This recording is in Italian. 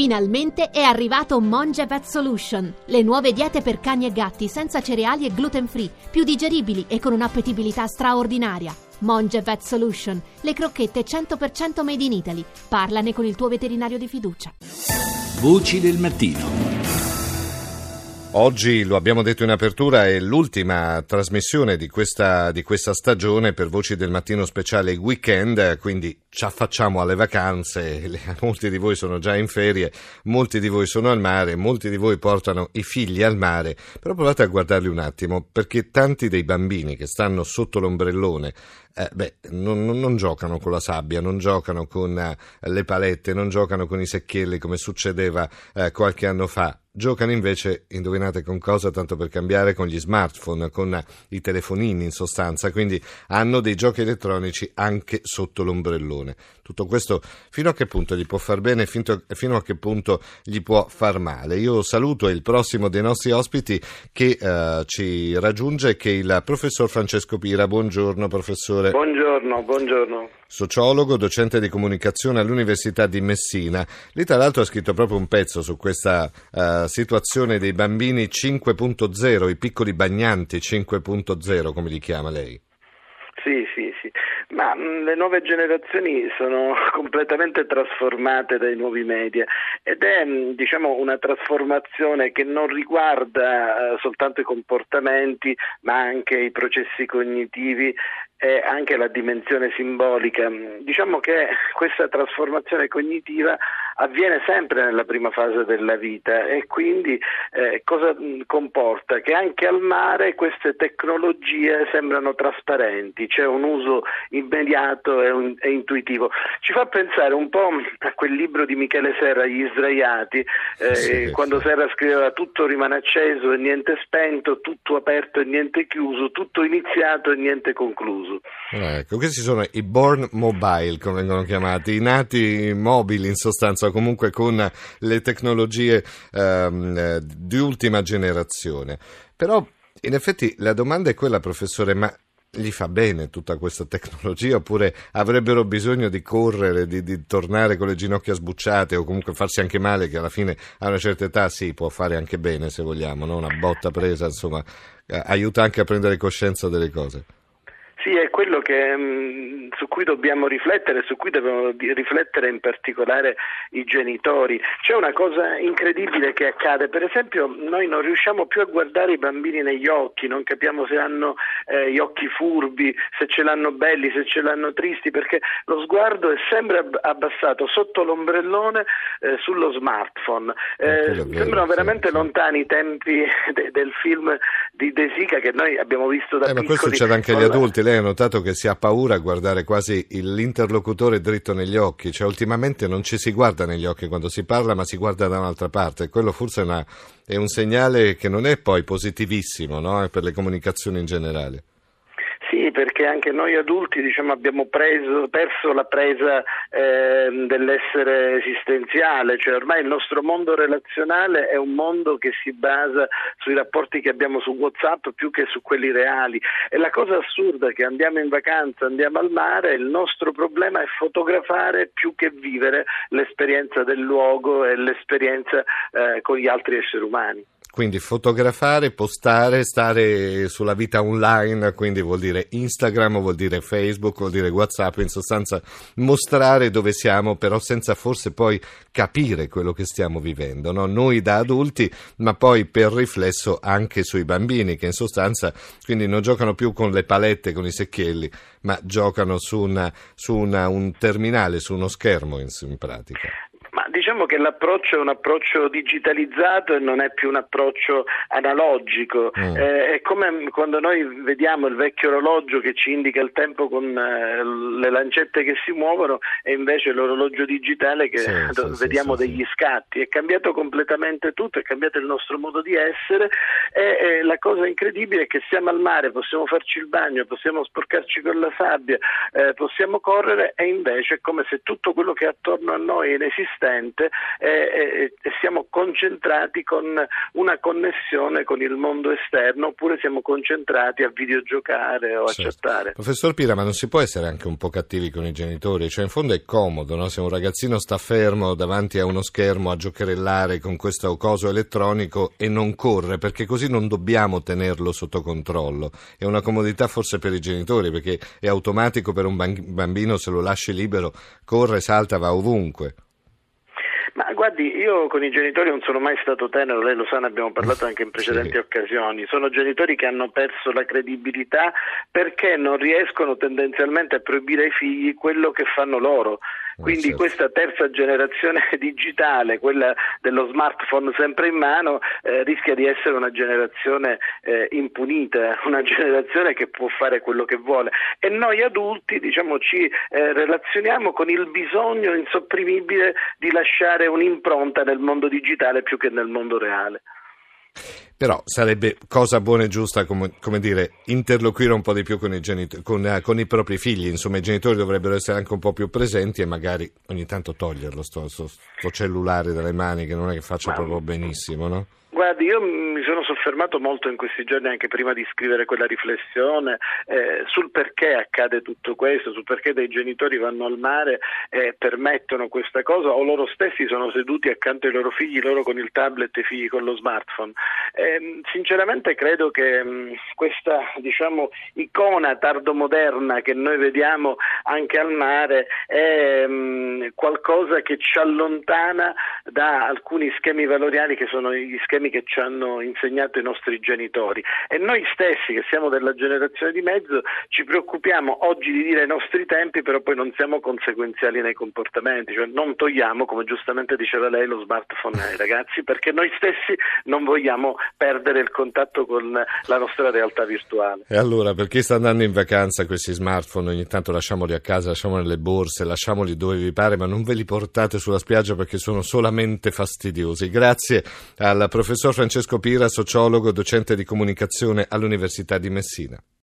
Finalmente è arrivato Monge Vet Solution, le nuove diete per cani e gatti senza cereali e gluten free, più digeribili e con un'appetibilità straordinaria. Monge Vet Solution, le crocchette 100% made in Italy. Parlane con il tuo veterinario di fiducia. Voci del mattino. Oggi, lo abbiamo detto in apertura, è l'ultima trasmissione di questa stagione per Voci del Mattino speciale weekend, quindi ci affacciamo alle vacanze. Molti di voi sono già in ferie, molti di voi sono al mare, molti di voi portano i figli al mare, però provate a guardarli un attimo, perché tanti dei bambini che stanno sotto l'ombrellone non giocano con la sabbia, non giocano con le palette, non giocano con i secchielli come succedeva qualche anno fa. Giocano invece, indovinate con cosa, tanto per cambiare, con gli smartphone, con i telefonini in sostanza, quindi hanno dei giochi elettronici anche sotto l'ombrellone. Tutto questo fino a che punto gli può far bene, fino a che punto gli può far male? Io saluto il prossimo dei nostri ospiti che ci raggiunge, che è il professor Francesco Pira. Buongiorno professore. Buongiorno. Sociologo, docente di comunicazione all'Università di Messina. Lei tra l'altro ha scritto proprio un pezzo su questa situazione dei bambini 5.0, i piccoli bagnanti 5.0, come li chiama lei? Sì, ma le nuove generazioni sono completamente trasformate dai nuovi media ed è una trasformazione che non riguarda soltanto i comportamenti ma anche i processi cognitivi e anche la dimensione simbolica. Diciamo che questa trasformazione cognitiva avviene sempre nella prima fase della vita e quindi cosa comporta? Che anche al mare queste tecnologie sembrano trasparenti, c'è un uso immediato e intuitivo. Ci fa pensare un po' a quel libro di Michele Serra, Gli Sdraiati, quando Serra scriveva tutto rimane acceso e niente spento, tutto aperto e niente chiuso, tutto iniziato e niente concluso. Ecco, questi sono i born mobile, come vengono chiamati, i nati mobili in sostanza, o comunque con le tecnologie di ultima generazione. Però in effetti la domanda è quella, professore, ma gli fa bene tutta questa tecnologia oppure avrebbero bisogno di correre, di tornare con le ginocchia sbucciate o comunque farsi anche male, che alla fine a una certa età sì, può fare anche bene se vogliamo, no? Una botta presa, insomma, aiuta anche a prendere coscienza delle cose. Sì, è quello su cui dobbiamo riflettere, su cui devono riflettere in particolare i genitori. C'è una cosa incredibile che accade, per esempio noi non riusciamo più a guardare i bambini negli occhi, non capiamo se hanno gli occhi furbi, se ce l'hanno belli, se ce l'hanno tristi, perché lo sguardo è sempre abbassato sotto l'ombrellone sullo smartphone. Sembrano veramente lontani i tempi del film di De Sica che noi abbiamo visto da piccoli. Ma questo succede anche agli adulti. Lei ha notato che si ha paura a guardare quasi l'interlocutore dritto negli occhi, cioè ultimamente non ci si guarda negli occhi quando si parla, ma si guarda da un'altra parte, e quello forse è un segnale che non è poi positivissimo, no? Per le comunicazioni in generale. Sì, perché anche noi adulti abbiamo perso la presa dell'essere esistenziale, cioè ormai il nostro mondo relazionale è un mondo che si basa sui rapporti che abbiamo su WhatsApp più che su quelli reali. E la cosa assurda è che andiamo in vacanza, andiamo al mare, il nostro problema è fotografare più che vivere l'esperienza del luogo e l'esperienza con gli altri esseri umani. Quindi fotografare, postare, stare sulla vita online, quindi vuol dire Instagram, vuol dire Facebook, vuol dire WhatsApp, in sostanza mostrare dove siamo, però senza forse poi capire quello che stiamo vivendo, no? Noi da adulti, ma poi per riflesso anche sui bambini, che in sostanza quindi non giocano più con le palette, con i secchielli, ma giocano su un terminale, su uno schermo in pratica. Ma diciamo che l'approccio è un approccio digitalizzato e non è più un approccio analogico. È come quando noi vediamo il vecchio orologio che ci indica il tempo con le lancette che si muovono e invece l'orologio digitale che vediamo degli scatti. È cambiato completamente tutto, è cambiato il nostro modo di essere e la cosa incredibile è che siamo al mare, possiamo farci il bagno, possiamo sporcarci con la sabbia, possiamo correre e invece è come se tutto quello che è attorno a noi è inesistente differente e siamo concentrati con una connessione con il mondo esterno, oppure siamo concentrati a videogiocare o a chattare. Professor Pira, ma non si può essere anche un po' cattivi con i genitori? Cioè, in fondo è comodo, no? Se un ragazzino sta fermo davanti a uno schermo a giocherellare con questo coso elettronico e non corre, perché così non dobbiamo tenerlo sotto controllo. È una comodità forse per i genitori, perché è automatico per un bambino, se lo lasci libero, corre, salta, va ovunque. Ma guardi, io con i genitori non sono mai stato tenero, lei lo sa, ne abbiamo parlato anche in precedenti occasioni. Sono genitori che hanno perso la credibilità perché non riescono tendenzialmente a proibire ai figli quello che fanno loro. Quindi questa terza generazione digitale, quella dello smartphone sempre in mano, rischia di essere una generazione impunita, una generazione che può fare quello che vuole. E noi adulti, ci relazioniamo con il bisogno insopprimibile di lasciare un'impronta nel mondo digitale più che nel mondo reale. Però sarebbe cosa buona e giusta, come dire, interloquire un po' di più con con i propri figli. Insomma, i genitori dovrebbero essere anche un po' più presenti e magari ogni tanto toglierlo sto cellulare dalle mani, che non è che faccia proprio benissimo, no? Guardi, io mi sono soffermato molto in questi giorni, anche prima di scrivere quella riflessione, sul perché accade tutto questo, sul perché dei genitori vanno al mare e permettono questa cosa, o loro stessi sono seduti accanto ai loro figli, loro con il tablet e i figli con lo smartphone. Sinceramente credo che questa, icona tardomoderna che noi vediamo anche al mare è qualcosa che ci allontana da alcuni schemi valoriali che sono gli schemi che ci hanno insegnato i nostri genitori, e noi stessi che siamo della generazione di mezzo ci preoccupiamo oggi di dire ai nostri tempi, però poi non siamo conseguenziali nei comportamenti, cioè non togliamo, come giustamente diceva lei, lo smartphone ai ragazzi perché noi stessi non vogliamo perdere il contatto con la nostra realtà virtuale. E allora, per chi sta andando in vacanza, questi smartphone ogni tanto lasciamoli a casa, lasciamoli nelle borse, lasciamoli dove vi pare, ma non ve li portate sulla spiaggia perché sono solamente fastidiosi. Grazie al professor Francesco Pira, sociologo, docente di comunicazione all'Università di Messina.